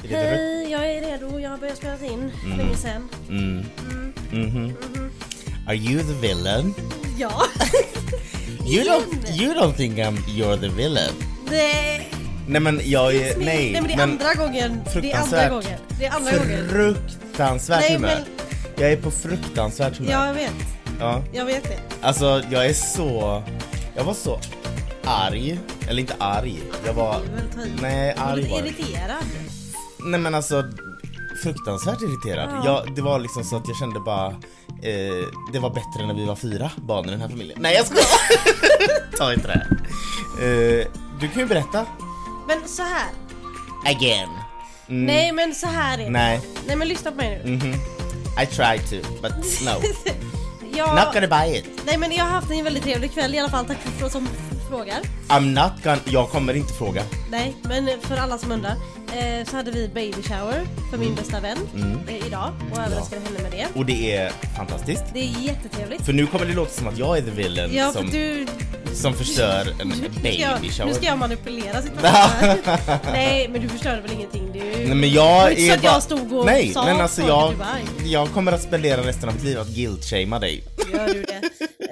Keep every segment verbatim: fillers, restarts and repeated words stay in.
Hej, jag är redo. Jag har börjat spela in för mm. länge sedan. Mm. Mm. Mm-hmm. Mm-hmm. Are you the villain? Ja. you don't you don't think I'm you're the villain? Nej. Nej men jag är nej, nej men det är men andra gången. Det är andra gången. Det är andra gången. Fruktansvärt nej, humör. Men... Jag är på fruktansvärt humör. Ja, jag vet. Ja. Jag vet det. Alltså, jag är så jag var så arg, eller inte arg. Jag var nej, arg var. Irriterad. Nej men alltså fruktansvärt irriterad. Ja. Jag, det var liksom så att jag kände bara eh, det var bättre när vi var fyra barn i den här familjen. Nej, jag ska ta inte det här. Eh, du kan ju berätta. Men så här. Again. Mm. Nej, men så här är det. Nej. Nej, men lyssna på mig nu. Mm-hmm. I tried to, but no. jag... Not gonna buy it. Nej, men jag har haft en väldigt trevlig kväll i alla fall. Tack för som frågar. I'm not gonna... Jag kommer inte fråga. Nej, men för alla som undrar eh, så hade vi baby shower för min bästa vän mm. eh, idag och överraskade ja. henne med det. Och det är fantastiskt. Det är jättetrevligt. För nu kommer det låta som att jag är the villain ja, som, du... som förstör en baby jag, shower. Nu ska jag manipulera situationen. Nej, men du förstörde väl ingenting. Du... Nej, men jag är är att bara... jag stod och Nej, sa men alltså jag, jag, jag kommer att spendera resten av mitt liv att guilt-shamea dig. Gör du det?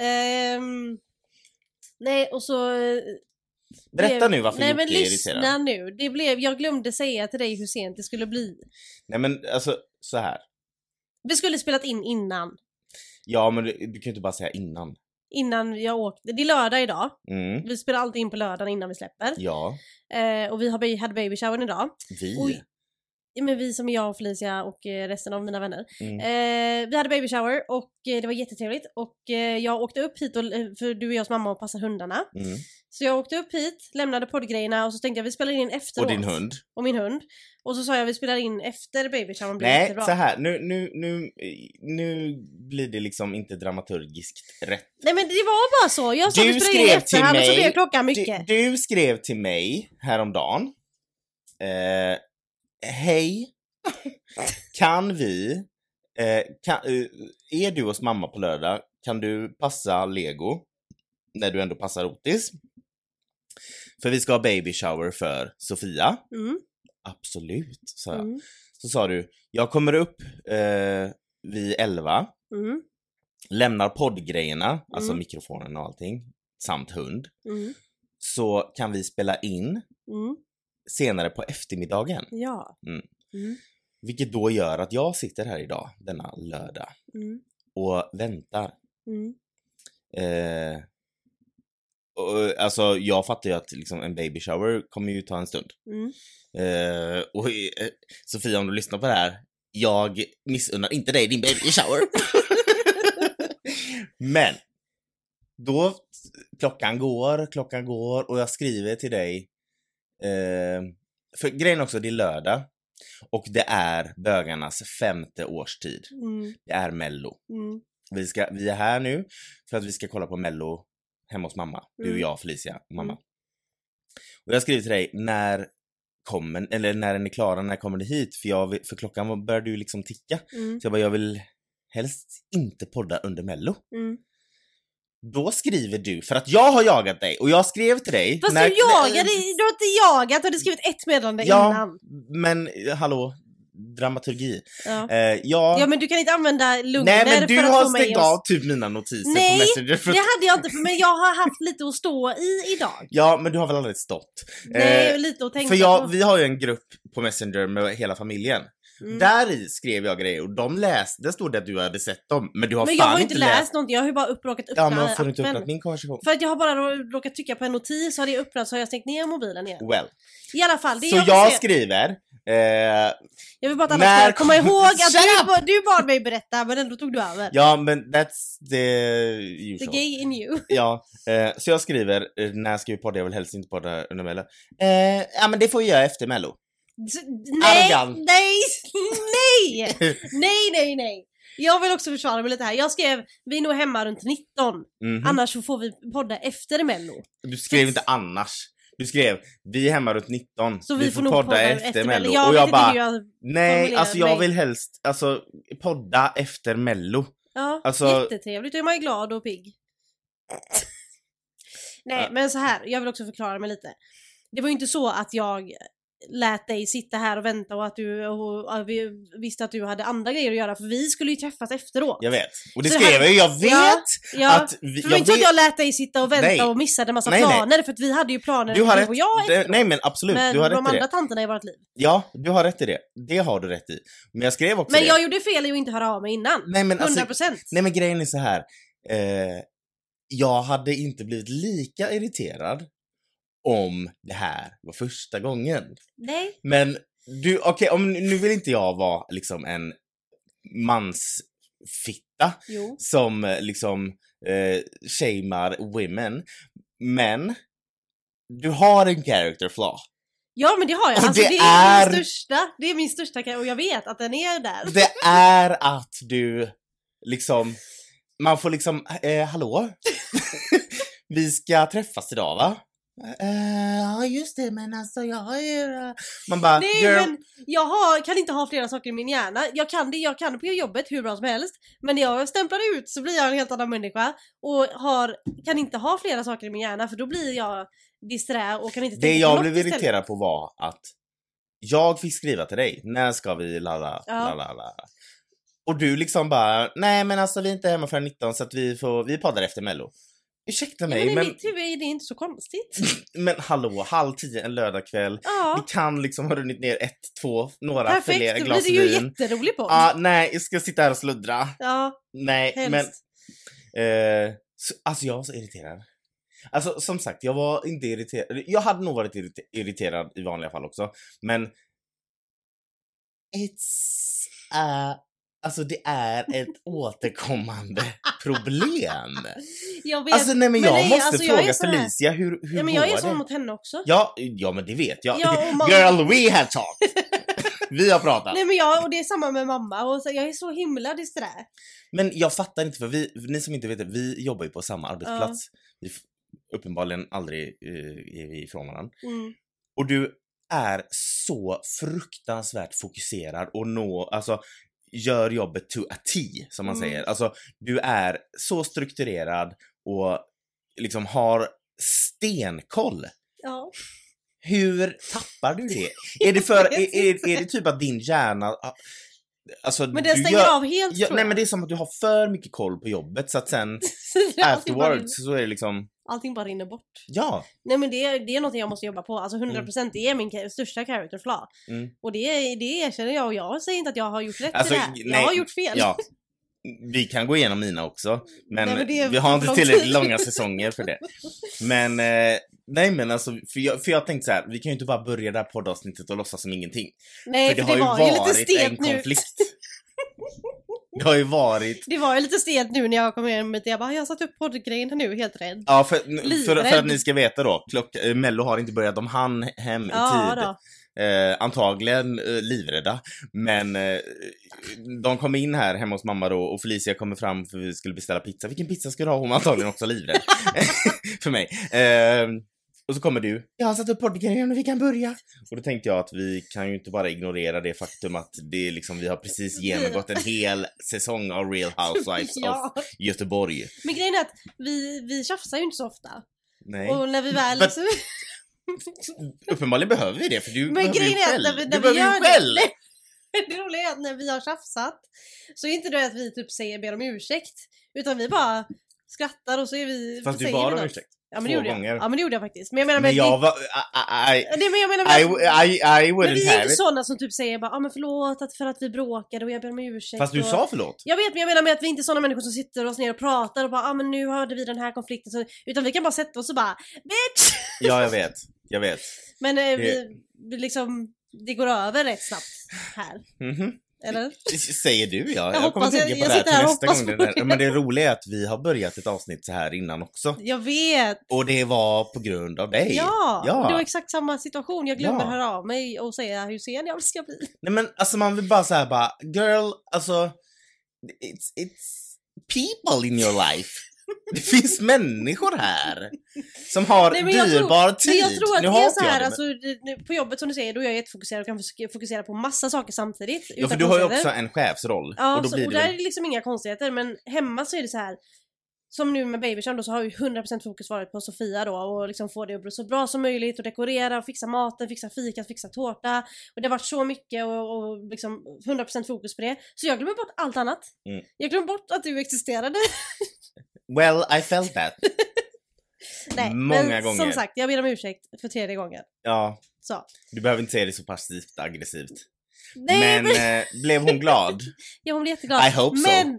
um, nej, och så... Berätta blev, nu varför nej, men Jocke är irriterad. lyssna nu. Det blev, jag glömde säga till dig hur sent det skulle bli. Nej men alltså, så här. Vi skulle spelat in innan. Ja, men du, du kan ju inte bara säga innan. Innan jag åkte. Det är lördag idag. Mm. Vi spelar alltid in på lördagen innan vi släpper. Ja. Eh, och vi har, hade baby shower idag. Vi? Och, men vi som är jag och Felicia och eh, resten av mina vänner. Mm. Eh, vi hade baby shower och eh, det var jättetrevligt. Och eh, jag åkte upp hit, och, för du är jag som mamma och passar hundarna. Mm. Så jag åkte upp hit, lämnade poddgrejerna och så tänkte jag vi spelar in efteråt. Och din hund. Och min hund. Och så sa jag vi spelar in efter baby shower. Nej, så här. Nu, nu, nu, nu blir det liksom inte dramaturgiskt rätt. Nej, men det var bara så. Jag sa du vi spelar in efter här, men så blev klockan du, mycket. du skrev till mig häromdagen. Eh, hej. Kan vi eh, kan, uh, är du hos mamma på lördag, kan du passa Lego när du ändå passar Otis? För vi ska ha baby shower för Sofia. Mm. Absolut, sa jag. Mm. Så sa du, jag kommer upp eh, vid elva. Mm. Lämnar poddgrejerna, mm. alltså mikrofonen och allting, samt hund. Mm. Så kan vi spela in mm. senare på eftermiddagen. Ja. Mm. Mm. Vilket då gör att jag sitter här idag, denna lördag, mm. och väntar. Mm. Eh, och, alltså jag fattar ju att liksom, en baby shower kommer ju ta en stund. Mm. Eh, och eh, Sofia, om du lyssnar på det här, jag missunnar inte dig din baby shower. Men då, klockan går, klockan går och jag skriver till dig. Eh, för grejen också, det är lördag. Och det är bögarnas femte årstid. Mm. Det är Mello. Mm. Vi, ska, vi är här nu för att vi ska kolla på Mello hemma hos mamma. Du och jag, Felicia och mamma. Mm. Och jag skriver till dig, när kommer, eller när den är klara, när kommer det hit? För, jag, för klockan börjar du liksom ticka. Mm. Så jag bara, jag vill helst inte podda under Mello. Mm. Då skriver du, för att jag har jagat dig, och jag skrev till dig. Fast när, du jagade, du har inte jagat, du hade skrivit ett meddelande ja, innan. Men hallå, dramaturgi. Ja. Eh, ja. ja, men du kan inte använda lugner. Nej, men du för att har få mig stängt av typ mina notiser Nej, på Messenger. För... det hade jag inte, men jag har haft lite att stå i idag. Ja, men du har väl aldrig stått. Nej, eh, lite att tänka För jag, på. vi har ju en grupp på Messenger med hela familjen. Mm. Där i skrev jag grejer och de läste, det stod det att du hade sett dem. Men du har men fan jag har inte inte läst, läst någonting, jag har ju bara uppråkat öppna. Ja, men varför har du inte öppnat min konversation? För att jag har bara råkat trycka på en notis, så har det öppnat, så har jag stängt ner mobilen igen. Well. I alla fall, det så jag, jag se... skriver eh, jag vill bara att alla ska komma ihåg att du, du bad mig berätta, men ändå tog du över. Ja, men that's the usual. The gay in you. Ja, eh, så jag skriver, eh, när ska vi podda? Jag vill helst inte podda under Mello. Eh, ja, men det får vi göra efter Mello. Så, nej, Arrogant. nej, nej, nej, nej, nej. Jag vill också försvara mig lite här. Jag skrev, vi är nog hemma runt nitton. Mm-hmm. Annars så får vi podda efter Mello. Du skrev inte annars. Du skrev, vi är hemma runt nitton. Så vi, vi får får podda, podda efter, efter Mello. Mello. Jag och jag bara, jag nej, alltså jag mig. vill helst alltså, podda efter Mello. Ja, alltså... jättetrevligt. Då är man ju glad och pigg. Nej, ja. Men så här, jag vill också förklara mig lite. Det var ju inte så att jag lät dig sitta här och vänta och att du och, och vi visste att du hade andra grejer att göra, för vi skulle ju träffas efteråt. Jag vet. Och det så skrev det här, jag ju, jag vet ja, ja, att... Vi, för det var inte så att jag lät dig sitta och vänta nej. och missade en massa nej, planer, nej. för att vi hade ju planer, du har rätt. och jag det, Nej men absolut, men du har rätt de i andra det. tanterna i vårt liv. Ja, du har rätt i det. Det har du rätt i. Men jag skrev också Men det. jag gjorde fel i att inte höra av mig innan. Nej, men hundra procent. Alltså, nej men grejen är så här. Eh, jag hade inte blivit lika irriterad om det här var första gången. Nej. Men du, okej, okay, om nu vill inte jag vara liksom en mansfitta Jo. som liksom eh, shamear women. Men du har en character flaw. Ja, men det har jag. Och Alltså, det det är, är- min största. Det är min största, och jag vet att den är där. Det är att du liksom, man får liksom, eh, hallå? Vi ska träffas idag, va? Eh, Ja, just det, men alltså jag har ju... eh." Man bara, Nej, girl, men jag har, kan inte ha flera saker i min hjärna. Jag kan det, jag kan det på jobbet hur bra som helst. Men när jag stämplar ut så blir jag en helt annan människa. Och har, kan inte ha flera saker i min hjärna, för då blir jag disträ och kan inte det tänka på jag något blev istället. irriterad på var att jag fick skriva till dig, när ska vi lalla, Ja. lalla, lalla. Och du liksom bara, nej men alltså vi är inte hemma förrän nitton så att vi får, vi poddar efter Mello. Ursäkta Ja, mig, men i men, mitt huvud är det inte så konstigt. men hallå, halv tio en lördagkväll. Ja, Vi kan liksom ha runnit ner ett, två, några perfekt. fler Då blir glas det ju vin. jätterolig podd. Ah, nej, jag ska sitta här och sluddra. Ja, Nej, helst. men eh, så, alltså jag var så irriterad. Alltså som sagt, jag var inte irriterad. Jag hade nog varit irriter- irriterad i vanliga fall också. Men it's uh, alltså det är ett återkommande problem. Jag vet. Alltså nej men, Men jag nej, måste alltså, jag är fråga så här- Felicia hur, hur Ja, men går jag är det? sån mot henne också. Ja, ja men det vet jag. Ja, och man- Girl, we have talked. Vi har pratat. Nej, men jag, och det är samma med mamma, och så, jag är så himla disträ. Men jag fattar inte, för vi, ni som inte vet det, vi jobbar ju på samma arbetsplats. Vi f- uppenbarligen aldrig uh, är vi ifrån varandra. Mm. Och du är så fruktansvärt fokuserad och nå, alltså gör jobbet to a T, som man Mm. säger. Alltså du är så strukturerad och liksom har stenkoll. Ja. Hur tappar du det? Är det för, är, är, är det typ att din hjärna, alltså Men den du stänger gör, av helt, ja, tror nej jag. men det är som att du har för mycket koll på jobbet så att sen allting, bara rinner, afterwards så är det liksom, allting bara rinner bort. ja. Nej, men det, är- det är något jag måste jobba på. Alltså hundra procent, det är min ka- största character flaw. Mm. Och det, det erkänner jag, och jag säger inte att jag har gjort rätt Alltså, i det här. nej, jag har gjort fel. Ja. Vi kan gå igenom mina också, men, Nej, men det är vi har för inte lång tillräckligt tid. långa säsonger för det. Men, eh, nej men alltså, för jag, för jag tänkte så här, vi kan ju inte bara börja det här poddavsnittet och låtsas som ingenting. Nej, för det har ju var ju lite varit en stelt nu. konflikt. Det har ju varit, Det var ju lite stelt nu när jag kom hem hit. Jag bara, jag har satt upp poddgrejen här nu, helt rädd. ja för, för, för Livrädd. att ni ska veta då, klock, eh, Mello har inte börjat om han hem i Ja, tid. då. Eh, antagligen eh, livrädda. Men eh, de kom in här hemma hos mamma då och Felicia kommer fram för vi skulle beställa pizza. Vilken pizza ska du ha? Hon var antagligen också livrädd. För mig. Eh, och så kommer du. Jag har satt upp poddgrejen och vi kan börja. Och då tänkte jag att vi kan ju inte bara ignorera det faktum att det är liksom, vi har precis genomgått en hel säsong av Real Housewives Ja. of Göteborg. Men grejen är att vi, vi tjafsar ju inte så ofta. Nej. Och när vi väl... But- liksom- Uppenbarligen behöver vi det, för du Men behöver ju grejen är att själv. när vi, Du när vi behöver ju gör själv. det, det roliga är att när vi har tjafsat så är inte det att vi typ säger ber om ursäkt, utan vi bara skrattar och så är vi... Fast du säger bad vi om något. ursäkt. Ja, men det två gjorde gånger. jag. Ja, men det gjorde jag faktiskt. Men jag menar Men med jag det, var... I, I, nej, men jag menar I, med, I, I, I men wouldn't vi är have inte it. sådana som typ säger bara, ja ah, men förlåt att för att vi bråkade och jag ber om ursäkt. Fast du och... sa förlåt. Jag vet, men jag menar med att vi inte är sådana människor som sitter oss ner och pratar och bara, ja ah, men nu hörde vi den här konflikten. Så... Utan vi kan bara sätta oss och bara, bitch! Ja, jag vet. Jag vet. Men eh, Det- vi, vi liksom, det går över rätt snabbt här. Mhm. Eller? Säger du, ja. Jag, Jag kommer hoppas- tänka jag- på jag det här sitter till här och nästa hoppas gång. på Det där. det. Men det roliga är att vi har börjat ett avsnitt så här innan också. Jag vet! Och det var på grund av dig. Ja, Ja. och det var exakt samma situation. Jag glömmer Ja. höra av mig och säga hur sen jag ska bli. Nej men alltså man vill bara säga bara, girl, alltså it's, it's people in your life. Det finns människor här som har Nej, men jag dyrbar tror, tid. Men jag tror att Nu det hatar är så jag här, det, men- alltså, det- nu- på jobbet som du säger, då är jag jättefokuserad och kan fos- fokusera på massa saker samtidigt. Ja, utan för du har ju konstigheter. också en chefsroll. Ja, och då så, blir och det där väl... är det liksom inga konstigheter, men hemma så är det så här. som nu med Baby Shower då, så har ju hundra procent fokus varit på Sofia då och liksom få det att bli så bra som möjligt och dekorera och fixa maten, fixa fika, fixa tårta och det har varit så mycket och, och liksom hundra procent fokus på det. Så jag glömmer bort allt annat. Mm. Jag glömmer bort att du existerade. Well, I felt that. Nej, Många men gånger. som sagt, jag ber om ursäkt för tredje gången. Ja, Så. du behöver inte säga det så passivt aggressivt. Nej, men men... Eh, blev hon glad? Ja, hon blev jätteglad. I hope so. Men,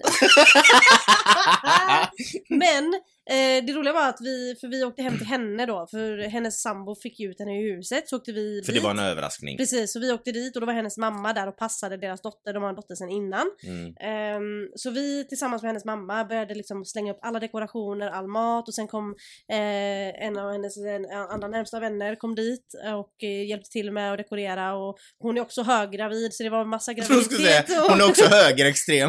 men eh, det roliga var att vi, för vi åkte hem till henne då, för hennes sambo fick ut henne i huset, så åkte vi För dit. det var en överraskning. Precis, så vi åkte dit och då var hennes mamma där och passade deras dotter, de har en dotter sedan innan. Mm. Um, så vi tillsammans med hennes mamma började liksom slänga upp alla dekorationer, all mat och sen kom eh, en av hennes en, andra närmsta vänner kom dit och eh, hjälpte till med att dekorera och hon är också höggravid så det var en massa graviditet. Säga, hon är också högerextrem.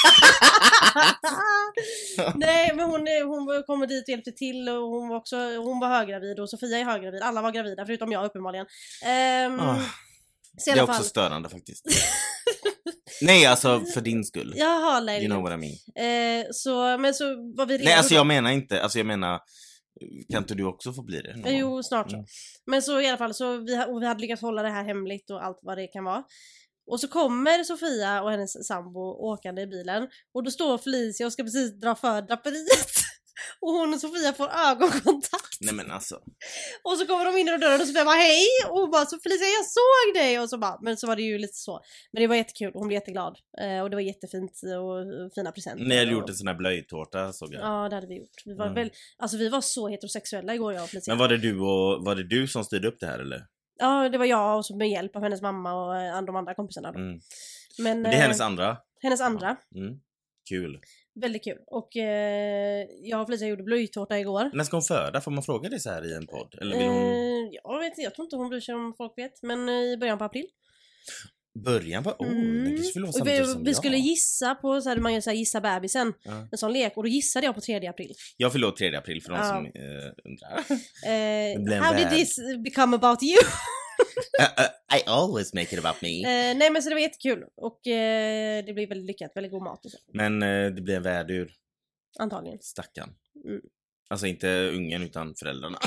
Nej, men hon, hon kom dit och hjälpte till och hon var också hon var höggravid och Sofia är höggravid. Alla var gravida förutom jag uppenbarligen. Um, oh, det är också fall... störande faktiskt. Nej, alltså för din skull. Jaha, nej. You know what I mean. Eh, så, men så var vi redo. Nej, alltså jag menar inte, alltså jag menar, kan inte du också få bli det? Eh, jo, snart så. Mm. Men så i alla fall, så vi, och vi hade lyckats hålla det här hemligt och allt vad det kan vara. Och så kommer Sofia och hennes sambo åkande i bilen. Och då står Felicia och ska precis dra för draperiet. Och hon och Sofia får ögonkontakt. Nej men alltså. Och så kommer de in i dörren och Sofia bara hej. Och hon bara så Felicia jag såg dig. Och så bara, men så var det ju lite så. Men det var jättekul, hon blev jätteglad. Eh, och det var jättefint och fina presenter. Ni hade och... gjort en sån här blöjtårta såg jag. Ja, det hade vi gjort. Vi var, mm. väl, alltså, vi var så heterosexuella igår jag och Felicia. Men var det du och var det du som styrde upp det här eller? Ja, det var jag och så med hjälp av hennes mamma och de andra kompisarna då. Mm. Men, det är hennes andra? Hennes andra. Mm. Kul. Väldigt kul. Och eh, jag och Felicia gjorde blöjtårta igår. När ska hon föda? Får man fråga det så här i en podd? Eller vill hon... eh, jag vet inte, jag tror inte hon bryr sig om folk vet. Men i början på april. Början på... Åh, oh, mm. det kanske vill vara samtidigt vi, som vi jag. skulle gissa på så här, man gör så här, gissa bebisen. Ja. En sån lek. Och då gissade jag på tredje april. Jag förlåt tredje april för de ja. som eh, undrar. eh, how did this become about you? uh, uh, I always make it about me. Eh, nej men så det var jättekul. Och eh, det blev väldigt lyckat. Väldigt god mat och så. Men eh, det blir en värdur. Antagligen. Stackarn. Mm. Alltså inte ungen utan föräldrarna.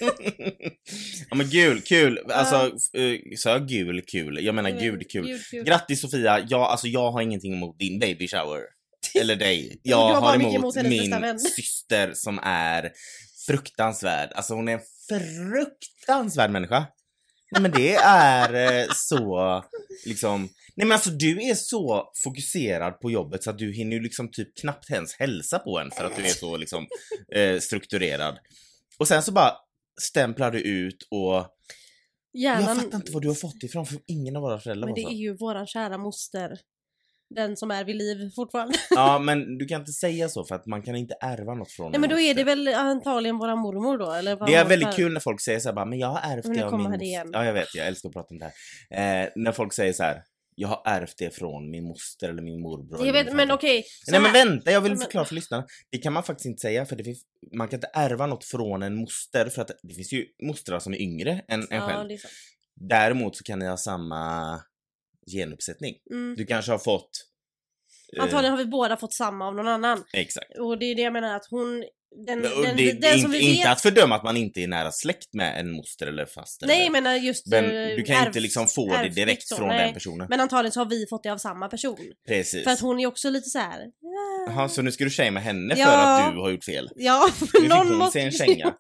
Ja men gul, kul. Alltså uh, så jag gul, kul. Jag menar gud, kul. Gud, kul. Grattis Sofia. Jag, alltså, jag har ingenting emot din baby shower. Eller dig. Jag har har emot, emot min vän. syster som är fruktansvärd. Alltså hon är en fruktansvärd människa. Nej men det är eh, så liksom. Nej men alltså du är så fokuserad på jobbet så att du hinner ju liksom typ knappt ens hälsa på en för att du är så liksom eh, strukturerad. Och sen så bara stämplar du ut och Hjärnan... jag fattar inte var du har fått ifrån för ingen av våra föräldrar men var det så. är ju våran kära moster. Den som är vid liv fortfarande. Ja men du kan inte säga så för att man kan inte ärva något från. Nej men då är det väl antagligen våra mormor då eller vad. Det är väldigt kul när folk säger så här bara, men jag har ärvt det av min moster. Ja jag vet, jag älskar att prata om det här. Eh, när folk säger så här, jag har ärvt det från min moster eller min morbror. Jag vet, men okej. Nej men vänta, jag vill förklara för lyssnarna. Det kan man faktiskt inte säga för det finns, man kan inte ärva något från en moster för att det finns ju mostrar som är yngre än en ja, själv. Det är sant. Däremot så kan ni ha samma genuppsättning. Mm. Du kanske har fått antagligen har vi båda fått samma av någon annan. Exakt. Och det är det jag menar att hon den, men, den, det, den, det är den inte, som vi inte vet... att fördöma att man inte är nära släkt med en moster eller faster. Nej, eller... men jag menar just men du kan ärvs, inte liksom få det direkt så, från nej. den personen. Men antagligen så har vi fått det av samma person. Precis. För att hon är också lite så här. Jaha, så nu ska du shamea henne ja. för att du har gjort fel. Ja, för någon hon måste se en känga.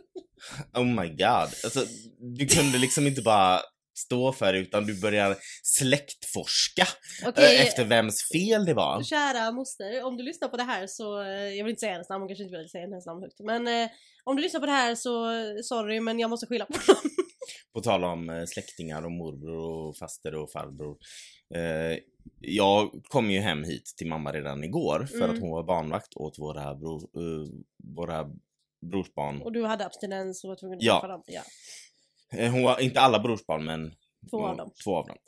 Oh my god. Alltså, du kunde liksom inte bara stå för det, utan du börjar släktforska okay. efter vems fel det var. Kära moster, om du lyssnar på det här så, jag vill inte säga hennes namn, hon kanske inte vill säga hennes namn högt. Men eh, om du lyssnar på det här så, sorry, men jag måste skylla på dem. På tal om eh, släktingar och morbror och faster och farbror. Eh, jag kom ju hem hit till mamma redan igår för mm. att hon var barnvakt åt våra, bro, uh, våra brorsbarn. Och du hade abstinens och var tvungen att ja. träffa dem. Ja. Hon var inte alla brorsbarn men två av dem. Två av dem.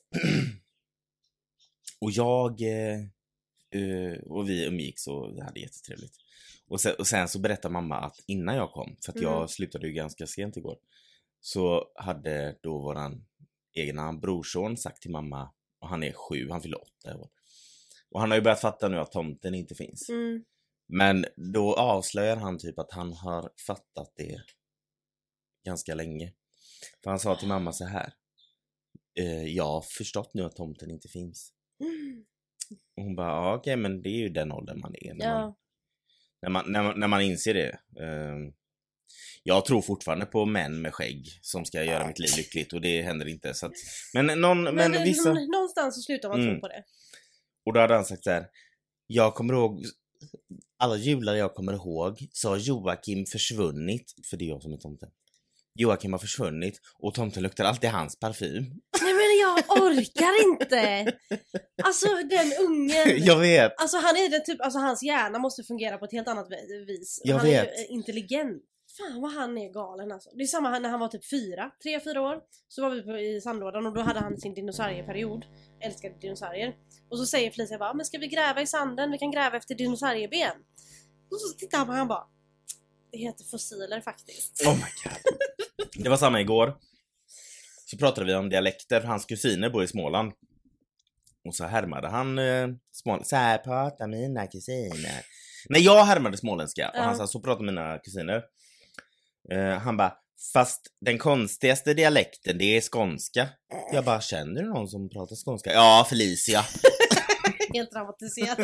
Och jag eh, och vi umgicks och vi hade jättetrevligt. Och sen, och sen så berättade mamma att innan jag kom, för att mm. jag slutade ju ganska sent igår, så hade då våran egna brorson sagt till mamma, och han är sju, han fyller åtta år. Och han har ju börjat fatta nu att tomten inte finns. Mm. Men då avslöjar han typ att han har fattat det ganska länge. För han sa till mamma så här. Eh, jag har förstått nu att tomten inte finns. Mm. Och hon bara, ja, okej, men det är ju den åldern man är. När, Ja. man, när, man, när, man, när man inser det. Eh, jag tror fortfarande på män med skägg som ska göra mitt liv lyckligt. Och det händer inte. Så att, men någon, men, Men, men vissa... någonstans så slutar man Mm. tro på det. Och då hade han sagt så här. Jag kommer ihåg, alla jular jag kommer ihåg, så har Joakim försvunnit. För det är jag som är tomten. Joakim har försvunnit och tomten luktar alltid hans parfym. Nej men jag orkar inte. Alltså den ungen. Jag vet. Alltså han är den typ, alltså hans hjärna måste fungera på ett helt annat vis. Jag han vet. är ju intelligent. Fan vad han är galen alltså. Det är samma när han var typ fyra, tre, fyra år. Så var vi på, i sandlådan och då hade han sin dinosaurieperiod. Älskade dinosaurier. Och så säger Felicia bara, men ska vi gräva i sanden? Vi kan gräva efter dinosaurieben. Och så tittar han på han bara, det heter fossiler faktiskt. Oh my god. Det var samma igår. Så pratade vi om dialekter. Hans kusiner bor i Småland. Och så härmade han eh, Småland. Så här pratar mina kusiner. När jag härmade småländska. Och Ja. han sa, så pratar mina kusiner. Eh, han bara, fast den konstigaste dialekten, det är skånska. Jag bara, känner du någon som pratar skånska? Ja, Felicia. Helt traumatiserad.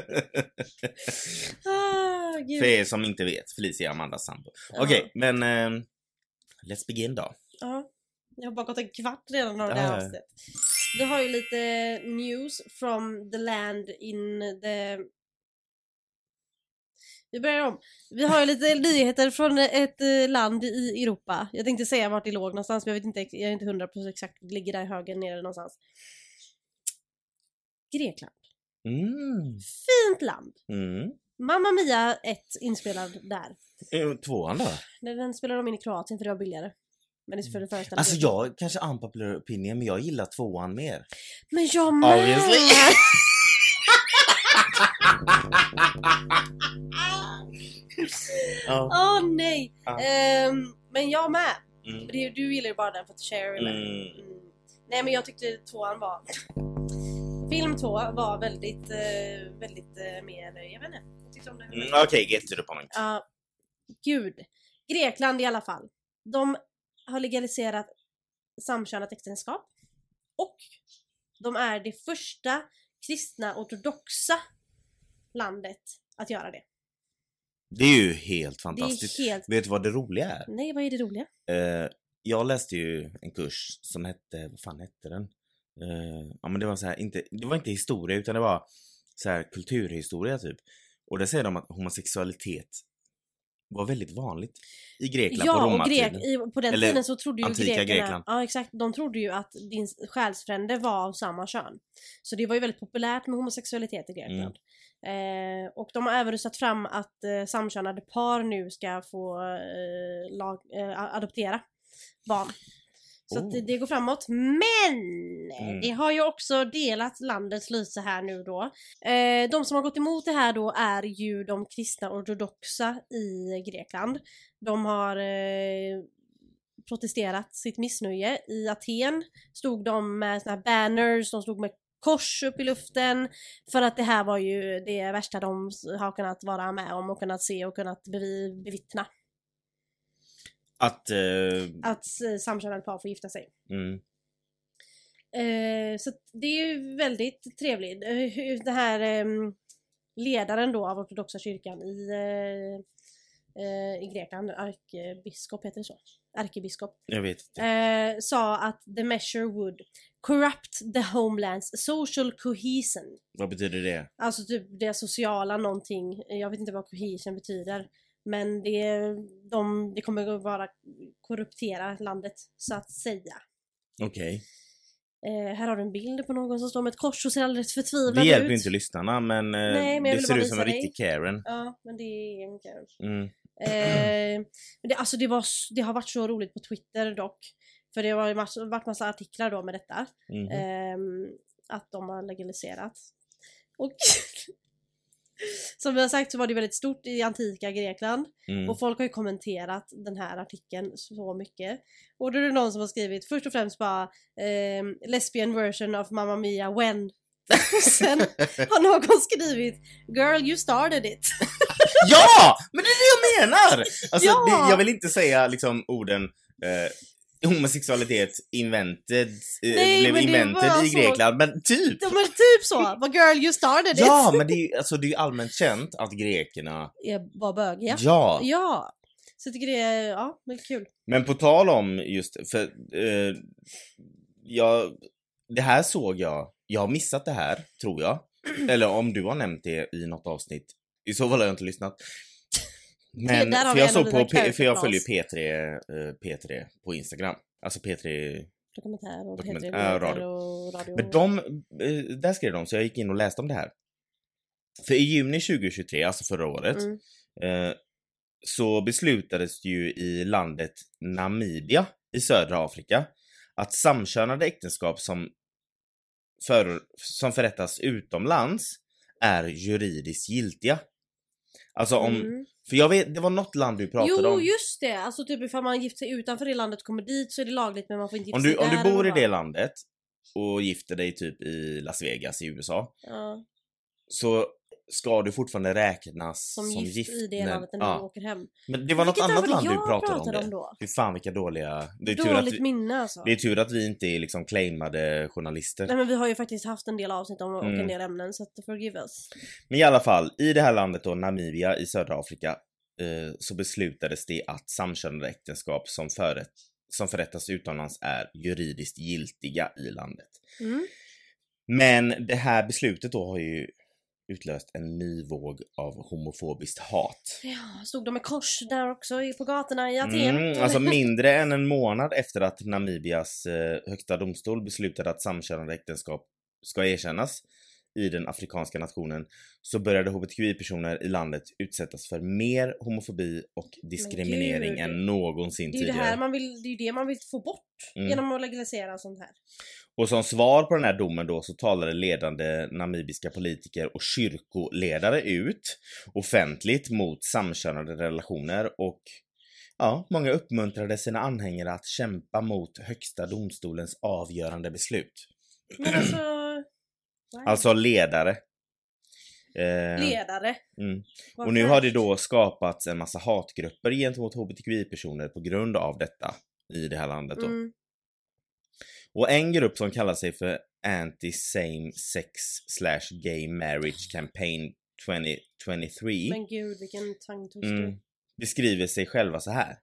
ah, gud. För er som inte vet, Felicia är Amandas sambo. Ja. Okej, men eh, let's begin då. Ja, jag har bara gått en kvart redan av det Ja, här ja. avsnittet. Vi har ju lite news from the land in the... Vi börjar om. Vi har ju lite nyheter från ett eh, land i Europa. Jag tänkte säga vart det låg någonstans, men jag vet inte, jag är inte hundra procent exakt. Det ligger där i högen nere någonstans. Grekland. Mm. Fint land. Mm. Mamma Mia ett inspelad där. Eh, Tvåan då? Den, den spelar de in i Kroatien för det var billigare. Men det är för det föreställer Alltså jag, kanske unpopular opinion, men jag gillar tvåan mer. Men jag med! Obviously. Ja. Åh oh, nej! Ja. Ehm, men jag med. Mm. Det, du gillar ju bara den för att Cherry med. Mm. Mm. Nej men jag tyckte tvåan var... Film två var väldigt, eh, väldigt eh, mer, jag vet inte. Jag tyckte om det. Mm, Okej, okay, get to the point. Ja, gud. Grekland i alla fall. De har legaliserat samkönat äktenskap. Och de är det första kristna ortodoxa landet att göra det. Det är ju helt Det fantastiskt. är helt... Vet du vad det roliga är? Nej, vad är det roliga? Eh, jag läste ju en kurs som hette, vad fan hette den? Eh, ja men det var så här, inte, det var inte historia utan det var så här kulturhistoria typ. Och där säger de att homosexualitet var väldigt vanligt i Grekland på Ja, och romartiden. grek, i, på den Eller tiden så trodde ju antika grekerna... Grekland. Ja, exakt. De trodde ju att din själsfrände var av samma kön. Så det var ju väldigt populärt med homosexualitet i Grekland. Mm. Eh, och de har även röstat fram att eh, samkönade par nu ska få eh, lag, eh, adoptera barn. Så Oh. att det, det går framåt. Men Mm. det har ju också delat landet lite här nu då. Eh, de som har gått emot det här då är ju de kristna ortodoxa i Grekland. De har eh, protesterat sitt missnöje. I Aten stod de med såna här banners, de stod med kors upp i luften. För att det här var ju det värsta de har kunnat vara med om och kunnat se och kunnat bevi- bevittna. Att... Eh, Att eh, samkönade par får gifta sig. mm. Eh, så att det är ju väldigt trevligt. Eh, hur det här eh, ledaren då av ortodoxa kyrkan i, eh, eh, i Grekland, arkbiskop heter det så? Ärkebiskop. Jag vet inte. Eh, sa att the measure would corrupt the homeland's social cohesion. Vad betyder det? Alltså typ det sociala någonting. Jag vet inte vad cohesion betyder. Men det, de, det kommer att vara korruptera landet så att säga. Okej. Eh, här har du en bild på någon som står med ett kors och ser alldeles förtvivlad Det ut. hjälper ju inte lyssnarna men, eh, Nej, men jag det vill ser bara ut som en visa riktig Karen. Ja, men det är en Karen. Mm. Eh, men det, alltså det, var, det har varit så roligt på Twitter dock. För det har ju massa, varit massa artiklar då med detta. Mhm. Eh, att de har legaliserat. Och som vi har sagt så var det väldigt stort i antika Grekland. Mm. Och folk har ju kommenterat den här artikeln så mycket. Och då är det någon som har skrivit först och främst bara ehm, lesbian version of Mamma Mia when. Och sen har någon skrivit girl you started it. Ja! Men det är det jag menar! Alltså, Ja! det, jag vill inte säga liksom orden eh, homosexualitet invented, eh, Nej, blev men det invented var i så- Grekland, men typ! Ja, men typ så. But girl, you started Ja, it. men det är ju alltså, det är ju allmänt känt att grekerna... Jag var bögiga. Ja! Ja. Så jag tycker det är, ja, det är kul. Men på tal om just, för eh, jag, det här såg jag, jag har missat det här, tror jag. Eller om du har nämnt det i något avsnitt. I så fall har jag inte lyssnat. Men där har för vi jag en såg av på, dina P, för jag character följer flaws. P tre, eh, P tre på Instagram. Alltså P tre, Dokumentär och Dokument- P tre äh, Nyheter radio. och radio. men de, eh, där skrev de, så jag gick in och läste om det här. För i juni tjugohundratjugotre, alltså förra året, Mm. eh, så beslutades ju i landet Namibia i södra Afrika att samkönade äktenskap som, för, som förrättas utomlands är juridiskt giltiga. Alltså om, Mm. för jag vet, det var något land du pratade Jo, om. just det. Alltså typ ifall man gifter sig utanför det landet och kommer dit så är det lagligt, men man får inte gifta Om sig du, om där du bor eller i vad. det landet och gifter dig typ i Las Vegas i U S A, Ja, så ska du fortfarande räknas som, som, gift, i det när- landet när ja. du åker hem. Men det var något Vilket annat var det land du jag pratade, om det. då? Fy fan vilka dåliga... Det är, tur att Dåligt vi, minne alltså. det är tur att vi inte är liksom claimade journalister. Nej, men vi har ju faktiskt haft en del avsnitt om och Mm. en del ämnen, så att forgive us. Men i alla fall, i det här landet då, Namibia i södra Afrika, eh, så beslutades det att samkönade äktenskap som, förrätt, som förrättas utomlands är juridiskt giltiga i landet. Mm. Men det här beslutet då har ju utlöst en ny våg av homofobiskt hat. Ja, stod de med kors där också i- på gatorna i Aten? Mm, alltså mindre än en månad efter att Namibias eh, högsta domstol beslutade att samkönade äktenskap ska erkännas i den afrikanska nationen, så började hbtqi-personer i landet utsättas för mer homofobi och diskriminering gud. än någonsin Det är ju det tidigare. här man vill, det är ju det man vill få bort Mm. genom att legalisera sånt här. Och som svar på den här domen då så talade ledande namibiska politiker och kyrkoledare ut offentligt mot samkönade relationer, och ja, många uppmuntrade sina anhängare att kämpa mot högsta domstolens avgörande beslut. Men alltså... Alltså ledare. Eh, Ledare. mm. Vad Och nu har det fräscht. då skapats en massa hatgrupper gentemot hbtqi-personer på grund av detta i det här landet då. Mm. Och en grupp som kallar sig för Anti-Same-Sex slash Gay Marriage Campaign tjugo tjugotre Men gud, vilken tongue twister. mm, beskriver sig själva så här.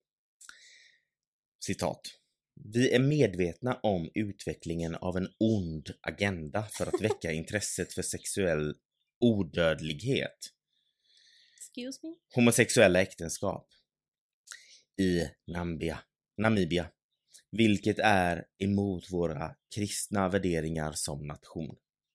Citat. Vi är medvetna om utvecklingen av en ond agenda för att väcka intresset för sexuell odödlighet, Excuse me? homosexuella äktenskap i Nambia, Namibia, vilket är emot våra kristna värderingar som nation.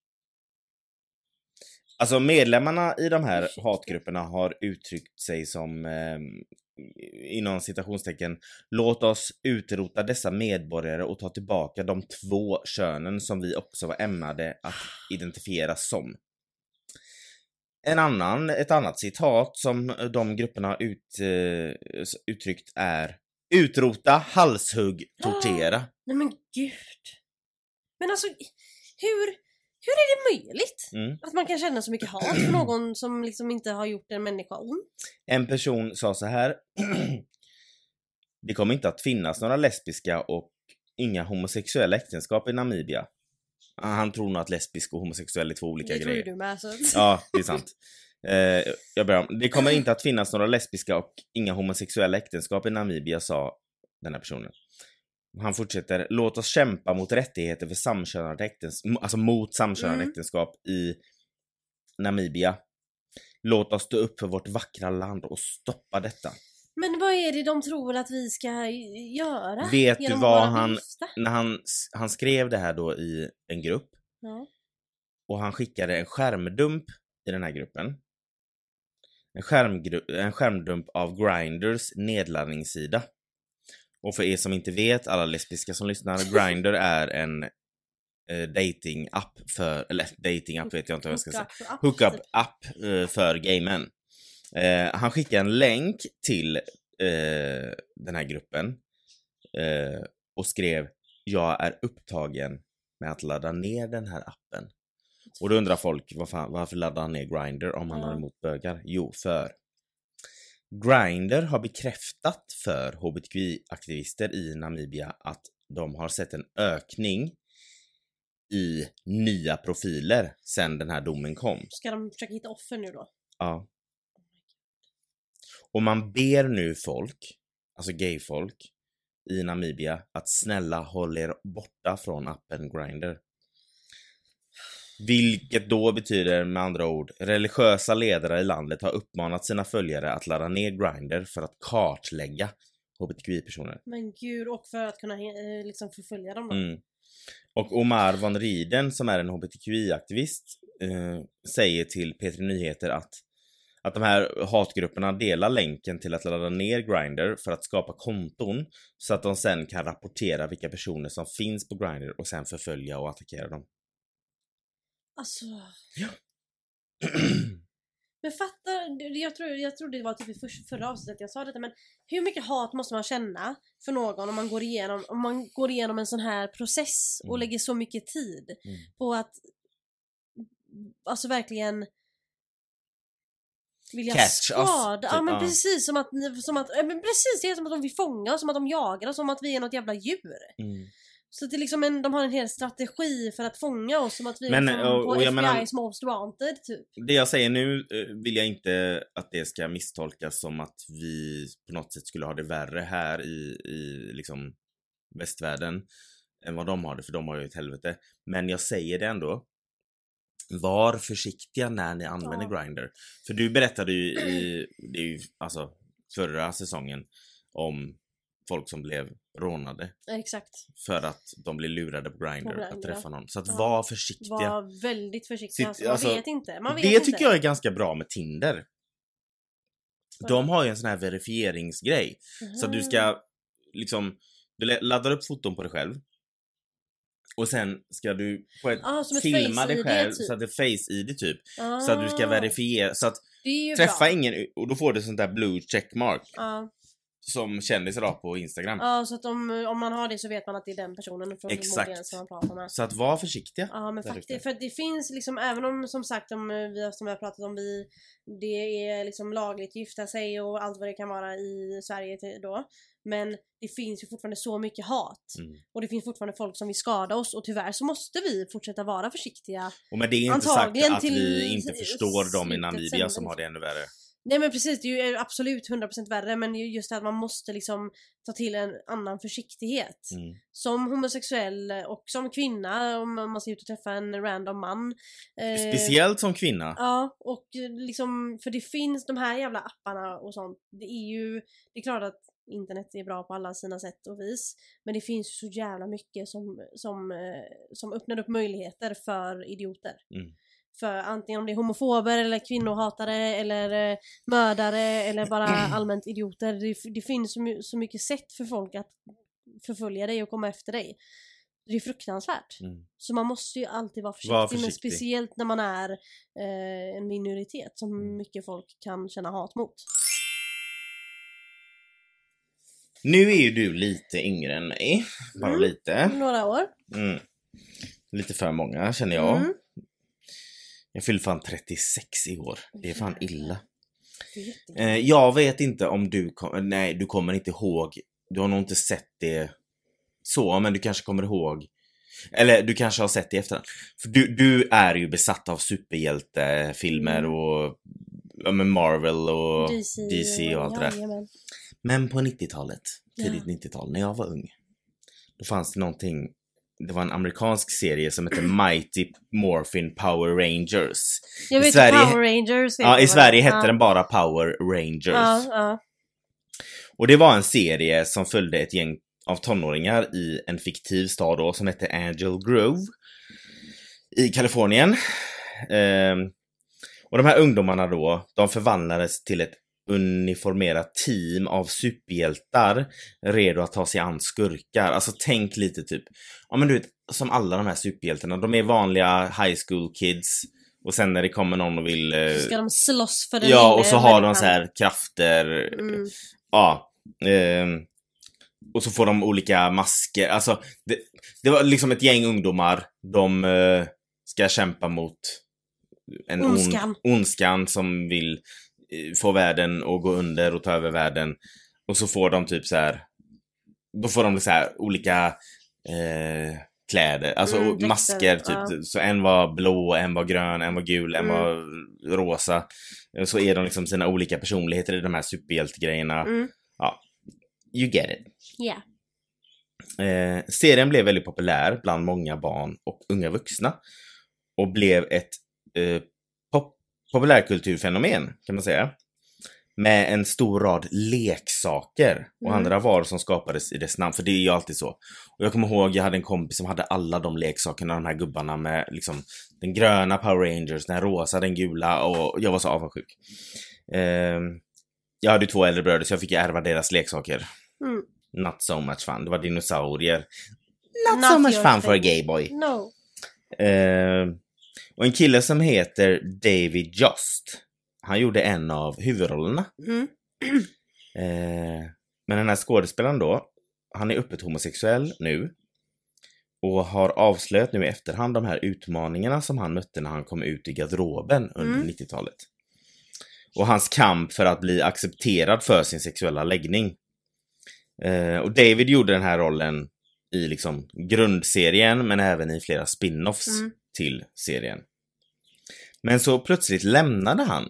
Alltså medlemmarna i de här hatgrupperna har uttryckt sig som eh, inom citationstecken, låt oss utrota dessa medborgare och ta tillbaka de två könen som vi också var ämnade att identifieras som. En annan, ett annat citat som de grupperna har ut, eh, uttryckt är utrota, halshugg, tortera. Nej men gud. Men alltså, hur, hur är det möjligt? Mm. Att man kan känna så mycket hat för någon som liksom inte har gjort en människa ont? En person sa så här. Det kommer inte att finnas några lesbiska och inga homosexuella äktenskap i Namibia. Han tror nog att lesbisk och homosexuell är två olika Det tror ju grejer. du med, så. Ja, det är sant. Eh, jag börjar om. Det kommer inte att finnas några lesbiska och inga homosexuella äktenskap i Namibia, sa den här personen. Han fortsätter, låt oss kämpa mot rättigheter för samkönade äktenskap, alltså mot samkönade Mm. äktenskap i Namibia. Låt oss stå upp för vårt vackra land och stoppa detta. Men vad är det de tror att vi ska göra? Vet du genom att vad vara han, gifta? när han, han skrev det här då i en grupp, Ja. och han skickade en skärmdump i den här gruppen. En, skärmgru- en skärmdump av Grinders nedladdningssida. Och för er som inte vet, alla lesbiska som lyssnar, Grindr är en eh, dating-app för, eller dating-app vet jag inte vad jag ska säga. Hookup-app. Hookup-app eh, för gay män. Eh, han skickade en länk till eh, den här gruppen eh, och skrev, jag är upptagen med att ladda ner den här appen. Och då undrar folk, vad fan, varför laddar han ner Grindr om han Ja. har emot bögar? Jo, för Grindr har bekräftat för H B T Q I-aktivister i Namibia att de har sett en ökning i nya profiler sedan den här domen kom. Ska de försöka hitta offer nu då? Ja. Och man ber nu folk, alltså gayfolk i Namibia, att snälla hålla er borta från appen Grindr. Vilket då betyder med andra ord, religiösa ledare i landet har uppmanat sina följare att ladda ner Grindr för att kartlägga H B T Q I-personer. Men gud, och för att kunna eh, liksom förfölja dem då. Mm. Och Omar van Rieden som är en H B T Q I-aktivist eh, säger till P tre Nyheter att att de här hatgrupperna delar länken till att ladda ner Grindr för att skapa konton så att de sen kan rapportera vilka personer som finns på Grindr och sen förfölja och attackera dem. Alltså... Ja. Men fatta, jag tror, jag tror det var typ i för, förra avsnittet jag sa detta, men hur mycket hat måste man känna för någon om man går igenom, om man går igenom en sån här process och Mm. lägger så mycket tid Mm. på att alltså verkligen vilja Catch skada. us, typ, ja men ja. precis som att, som att ja, men precis det är som att de vill fånga oss, som att de jagar oss, som att vi är något jävla djur. Mm. Så det är liksom en, de har en hel strategi för att fånga oss, som att vi är Men, liksom och- på och jag F B I's menar- most wanted typ. Det jag säger nu eh, vill jag inte att det ska misstolkas som att vi på något sätt skulle ha det värre här i, i liksom västvärlden än vad de har det, för de har ju ett helvete. Men jag säger det ändå. Var försiktiga när ni använder Ja. Grindr. För du berättade ju i det är ju, alltså, förra säsongen om folk som blev rånade Exakt. för att de blev lurade på Grindr, På Grindr, att träffa någon. Så att Ja. var försiktiga. Var väldigt försiktiga. Sitt- Alltså, man alltså, vet inte. Man vet Det inte. tycker jag är ganska bra med Tinder. Ja. De har ju en sån här verifieringsgrej. Så att du ska liksom, du laddar upp foton på dig själv. Och sen ska du på ett, Ah, som ett filma dig face-I D själv typ. så att det är face-I D typ. Ah, Så att du ska verifiera, så att det är ju träffa bra. ingen, och då får du sånt där blue checkmark Ja, som kändisar har på Instagram. ja, så att om, om man har det så vet man att det är den personen från Exakt. förmodligen som man pratar med. Så att var försiktiga. Ja men där faktiskt, ute. för det finns liksom, även om som sagt om vi har, som vi har pratat om, vi det är liksom lagligt att gifta sig och allt vad det kan vara i Sverige till då, men det finns ju fortfarande så mycket hat Mm. och det finns fortfarande folk som vill skada oss, och tyvärr så måste vi fortsätta vara försiktiga. Och men det är inte sagt Antagligen att till vi inte förstår dem i slutet Namibia sen, som har det ännu värre. Nej men precis, det är ju absolut hundra procent värre, men just det att man måste liksom ta till en annan försiktighet. Mm. Som homosexuell och som kvinna, om man ska ut och träffa en random man. Eh, Speciellt som kvinna. Ja, och liksom, för det finns de här jävla apparna och sånt. Det är ju, det är klart att internet är bra på alla sina sätt och vis. Men det finns ju så jävla mycket som, som, eh, som öppnar upp möjligheter för idioter. Mm. För antingen om det är homofober eller kvinnohatare eller eh, mördare eller bara allmänt idioter. Det, det finns så, my- så mycket sätt för folk att förfölja dig och komma efter dig. Det är fruktansvärt. Mm. Så man måste ju alltid vara försiktig, Var men försiktig. speciellt när man är eh, en minoritet som Mm. mycket folk kan känna hat mot. Nu är ju du lite yngre än mig. Bara Mm. lite. Några år. Mm. Lite för många känner jag. Mm. Jag fyller fan trettiosex i år. Det är fan illa. Det är jättekul. Eh, jag vet inte om du kom, nej du kommer inte ihåg. Du har nog inte sett det så, men du kanske kommer ihåg. Eller du kanske har sett det i efterhand. För du, du är ju besatt av superhjältefilmer Mm. och ja, men Marvel och D C, D C och allt det där. jajamän. Men på nittiotalet, tidigt Ja. nittiotal, när jag var ung, då fanns det någonting, det var en amerikansk serie som hette Mighty Morphin Power Rangers. Jag I vet Sverige- Power Rangers. vet Ja, jag i vad Sverige det är. hette den bara Power Rangers. Ja, ja. Och det var en serie som följde ett gäng av tonåringar i en fiktiv stad då som hette Angel Grove i Kalifornien. Ehm, och de här ungdomarna då, de förvandlades till ett uniformerat team av superhjältar redo att ta sig an skurkar. Alltså tänk lite typ, ja men du vet, som alla de här superhjältarna, de är vanliga high school kids och sen när det kommer någon och vill eh, Så ska de slåss för den ja, lille och så har de människan. så här krafter. Mm. Ja. ehm, och så får de olika masker. Alltså, det, det var liksom ett gäng ungdomar. De eh, ska kämpa mot en Ondskan. On, ondskan som vill eh, få världen att gå under och ta över världen. Och så får de typ så här, då får de så här olika eh, kläder, alltså Mm, masker typ. ja. Så en var blå, en var grön, en var gul, en Mm. var rosa. Så är de liksom sina olika personligheter i de här superhjältegrejerna. Mm. Ja, you get it. Yeah. Eh, serien blev väldigt populär bland många barn och unga vuxna. Och blev ett eh, pop- populärkulturfenomen kan man säga. Med en stor rad leksaker och Mm. andra varor som skapades i dess namn. För det är ju alltid så. Och jag kommer ihåg, jag hade en kompis som hade alla de leksakerna, de här gubbarna med liksom den gröna Power Rangers, den rosa, den gula, och jag var så avundsjuk. Eh, jag hade ju två äldre bröder så jag fick ärva deras leksaker. Mm. Not so much fun. Det var dinosaurier. Not, Not so much your fun for a thing. gay boy. No. Eh, och en kille som heter David Jost. Han gjorde en av huvudrollerna. Mm. Eh, men den här skådespelaren då, han är öppet homosexuell nu. Och har avslöjat nu i efterhand de här utmaningarna som han mötte när han kom ut i garderoben under Mm. nittiotalet. Och hans kamp för att bli accepterad för sin sexuella läggning. Eh, och David gjorde den här rollen i liksom grundserien men även i flera spin-offs Mm. till serien. Men så plötsligt lämnade han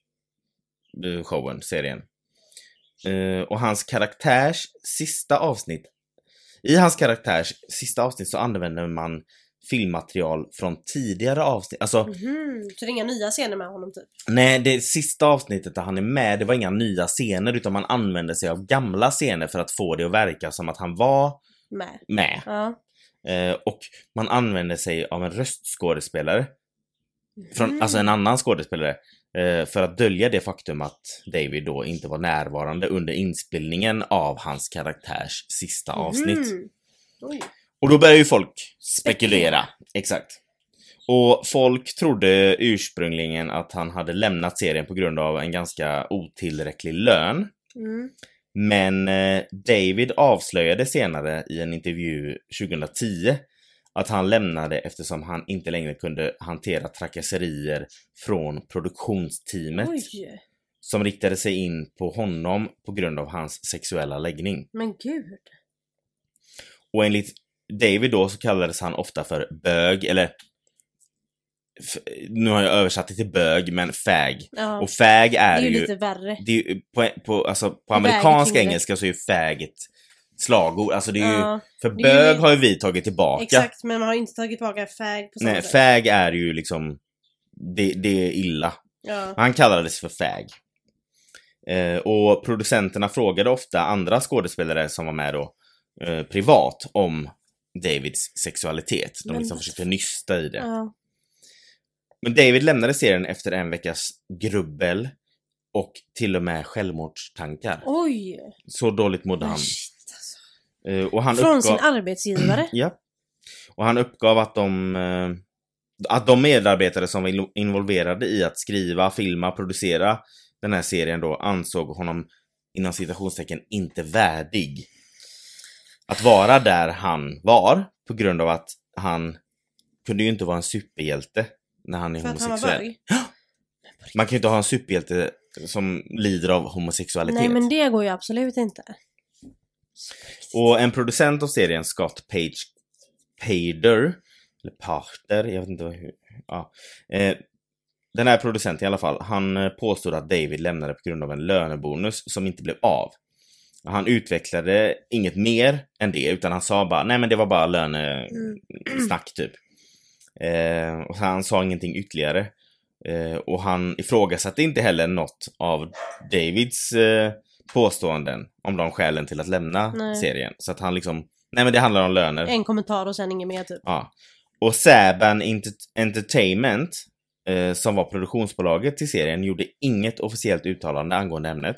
eh, showen, serien. Eh, och hans karaktärs sista avsnitt, i hans karaktärs sista avsnitt så använder man filmmaterial från tidigare avsnitt. Alltså, Mhm. Så det är inga nya scener med honom typ? nej, det sista avsnittet där han är med, det var inga nya scener utan man använde sig av gamla scener för att få det att verka som att han var Med. med. Ja. Eh, och man använde sig av en röstskådespelare från, Mm. alltså en annan skådespelare eh, för att dölja det faktum att David då inte var närvarande under inspelningen av hans karaktärs sista avsnitt. Mm. Oj. Och då börjar ju folk spekulera. Spekulera. Exakt. Och folk trodde ursprungligen att han hade lämnat serien på grund av en ganska otillräcklig lön. Mm. Men eh, David avslöjade senare i en intervju tjugohundratio att han lämnade eftersom han inte längre kunde hantera trakasserier från produktionsteamet Oj. som riktade sig in på honom på grund av hans sexuella läggning. Men gud. Och enligt David då så kallades han ofta för bög, eller f- nu har jag översatt det till bög, men fag. Ja. Och fag Det är, är ju ju, lite värre. det är ju på, på, alltså, på Väger amerikansk tyngre. engelska så är ju fag ett slagord. Alltså det är ju, Ja. för det är bög ju- har ju vi tagit tillbaka. Exakt, men man har inte tagit tillbaka fag på samma Nej, sätt. fag är ju liksom, det, det är illa. Ja. Han kallades för fag. Eh, och producenterna frågade ofta andra skådespelare som var med då eh, privat om Davids sexualitet. De Men- liksom försökte nysta i det. Ja. Men David lämnade serien efter en veckas grubbel och till och med självmordstankar. Oj. Så dåligt mådde Men han. shit alltså. Eh, och han Från uppgav... sin arbetsgivare. Ja. Och han uppgav att de eh, att de medarbetare som var in- involverade i att skriva, filma, producera den här serien då ansåg honom inom citationstecken inte värdig att vara där han var på grund av att han kunde ju inte vara en superhjälte när han är För att han var homosexuell. bög. Man kan ju inte ha en superhjälte som lider av homosexualitet. Nej, men det går ju absolut inte. Och en producent av serien, Scott Page Pader, eller Parter, jag vet inte hur, ja. Eh, den här producenten i alla fall, han eh, påstod att David lämnade på grund av en lönebonus som inte blev av. Han utvecklade inget mer än det, utan han sa bara, nej men det var bara lönesnack typ. Eh, och han sa ingenting ytterligare. Eh, och han ifrågasatte inte heller något av Davids eh, påståenden om de skälen till att lämna Nej. serien. Så att han liksom, nej men det handlar om löner. En kommentar och sen inget mer typ. Ja. Och Saban Enter- Entertainment, eh, som var produktionsbolaget till serien, gjorde inget officiellt uttalande angående ämnet.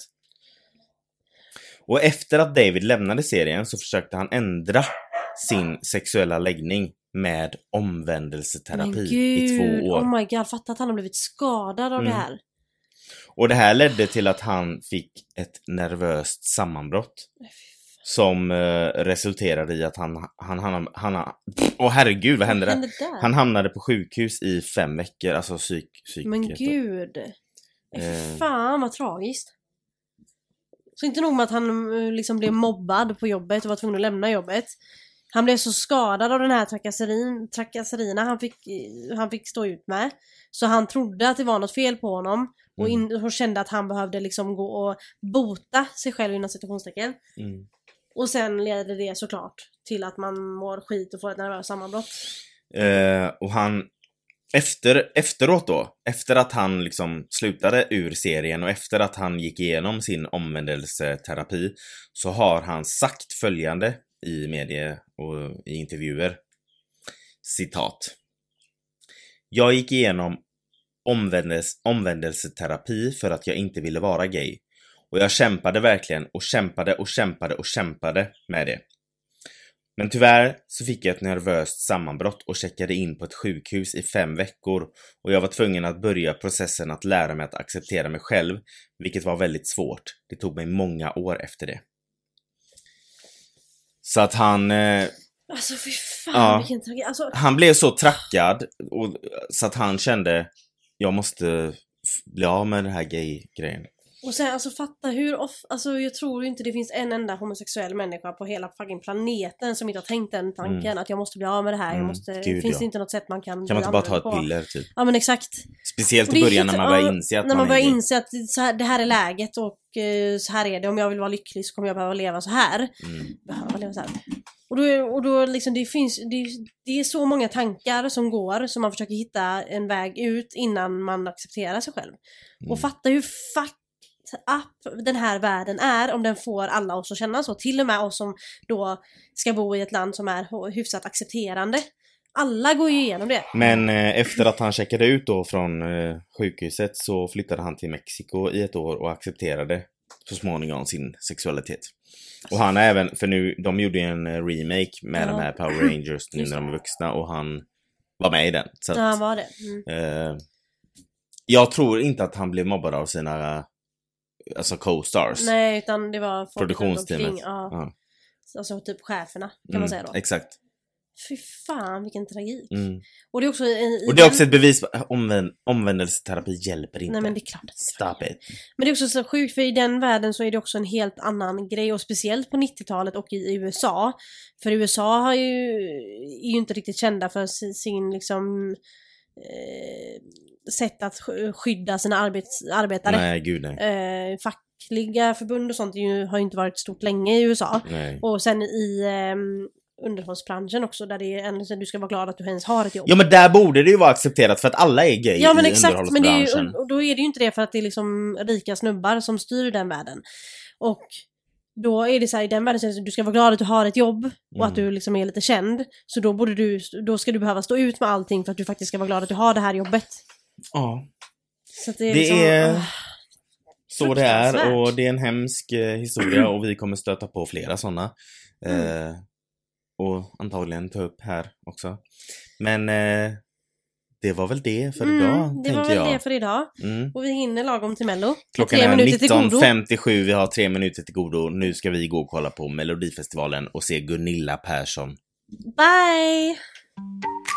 Och efter att David lämnade serien så försökte han ändra sin sexuella läggning med omvändelseterapi Men i gud, två år. oh my god, fatta att han har blivit skadad av Mm. det här. Och det här ledde till att han fick ett nervöst sammanbrott. Nej, fy fan. som eh, resulterade i att han han han han åh herregud, vad hände, Vad där? hände där? Han hamnade på sjukhus i fem veckor, alltså psyk psyk. Men gud. Eh. Fan vad tragiskt. Så inte nog med att han eh, liksom blev mobbad på jobbet och var tvungen att lämna jobbet. Han blev så skadad av den här trakasserin, trakasserierna han fick, han fick stå ut med. Så han trodde att det var något fel på honom. Och, in, och kände att han behövde liksom gå och bota sig själv inom situationstecken. Mm. Och sen ledde det såklart till att man mår skit och får ett nervöst sammanbrott. Eh, och han efter, efteråt då, efter att han liksom slutade ur serien och efter att han gick igenom sin omvändelseterapi, så har han sagt följande i media och i intervjuer. Citat. Jag gick igenom omvändes, omvändelseterapi för att jag inte ville vara gay. Och jag kämpade verkligen och kämpade och kämpade och kämpade med det. Men tyvärr så fick jag ett nervöst sammanbrott och checkade in på ett sjukhus i fem veckor. Och jag var tvungen att börja processen att lära mig att acceptera mig själv, vilket var väldigt svårt. Det tog mig många år efter det. Så att han... Eh, Alltså fy fan, ja, vilken tragedi. Alltså, han blev så trackad och, så att han kände jag måste bli av med den här gay-grejen. och sen alltså fatta hur off, alltså jag tror inte det finns en enda homosexuell människa på hela fucking planeten som inte har tänkt den tanken Mm. att jag måste bli av med det här. Mm, Jag måste, gud, finns ja. det inte något sätt man kan Kan bli man inte bara ta annorlunda ett på? piller typ? Ja men exakt. Speciellt Och i det är början helt- när man börjar ja, inse att när man man är börjar gay. inse att så här, det här är läget och eh, så här är det. Om jag vill vara lycklig så kommer jag behöva leva så här. Mm. Behöva leva så här. Och då, och då liksom det finns det, det är så många tankar som går som man försöker hitta en väg ut innan man accepterar sig själv. Mm. Och fatta hur fucked up den här världen är om den får alla oss att känna så. Till och med oss som då ska bo i ett land som är hyfsat accepterande. Alla går ju igenom det. Men eh, efter att han checkade ut då från eh, sjukhuset så flyttade han till Mexiko i ett år och accepterade så småningom sin sexualitet. Och han har även, för nu, de gjorde ju en eh, remake med Ja. de här Power Rangers nu när de är vuxna och han var med i den. Så att, Ja, han var det. Mm. eh, jag tror inte att han blev mobbad av sina alltså co-stars. Nej, utan det var folk Produktionsteamet. omkring, ja. Ja. Alltså typ cheferna kan Mm, man säga då. Exakt. Fy fan vilken tragik. Mm. Och det är också i, i Och det är den- också ett bevis på att omvänd, omvändelseterapi hjälper inte. Nej men det är klart att det är Stop it. Men det är också så sjukt för i den världen så är det också en helt annan grej och speciellt på nittiotalet och i U S A. För U S A har ju, är ju inte riktigt kända för sin, sin liksom eh, sätt att sk- skydda sina arbets, arbetare. Nej, gud nej. Eh, fackliga förbund och sånt är ju, har ju inte varit stort länge i U S A. nej. Och sen i eh, underhållsbranschen också där det är en, du ska vara glad att du ens har ett jobb. Ja men där borde det ju vara accepterat för att alla är gay Ja men i exakt, men det är ju, underhållsbranschen. och då är det ju inte det för att det är liksom rika snubbar som styr den världen. Och då är det så här, i den världen så är det så, du ska vara glad att du har ett jobb och Mm. att du liksom är lite känd. Så då borde du, då ska du behöva stå ut med allting för att du faktiskt ska vara glad att du har det här jobbet. Ja, Så att det är, det liksom, är ah, så det är fruktansvärt. och det är en hemsk eh, historia och vi kommer stöta på flera sådana. Mm. Eh, och antagligen ta upp här också. Men eh, det var väl det för mm, idag, det tänker var väl jag. det för idag. Mm. Och vi hinner lagom till Mello. Klockan tre är minuter till nitton godo. femtiosju, vi har tre minuter till godo. Nu ska vi gå och kolla på Melodifestivalen och se Gunilla Persson. Bye!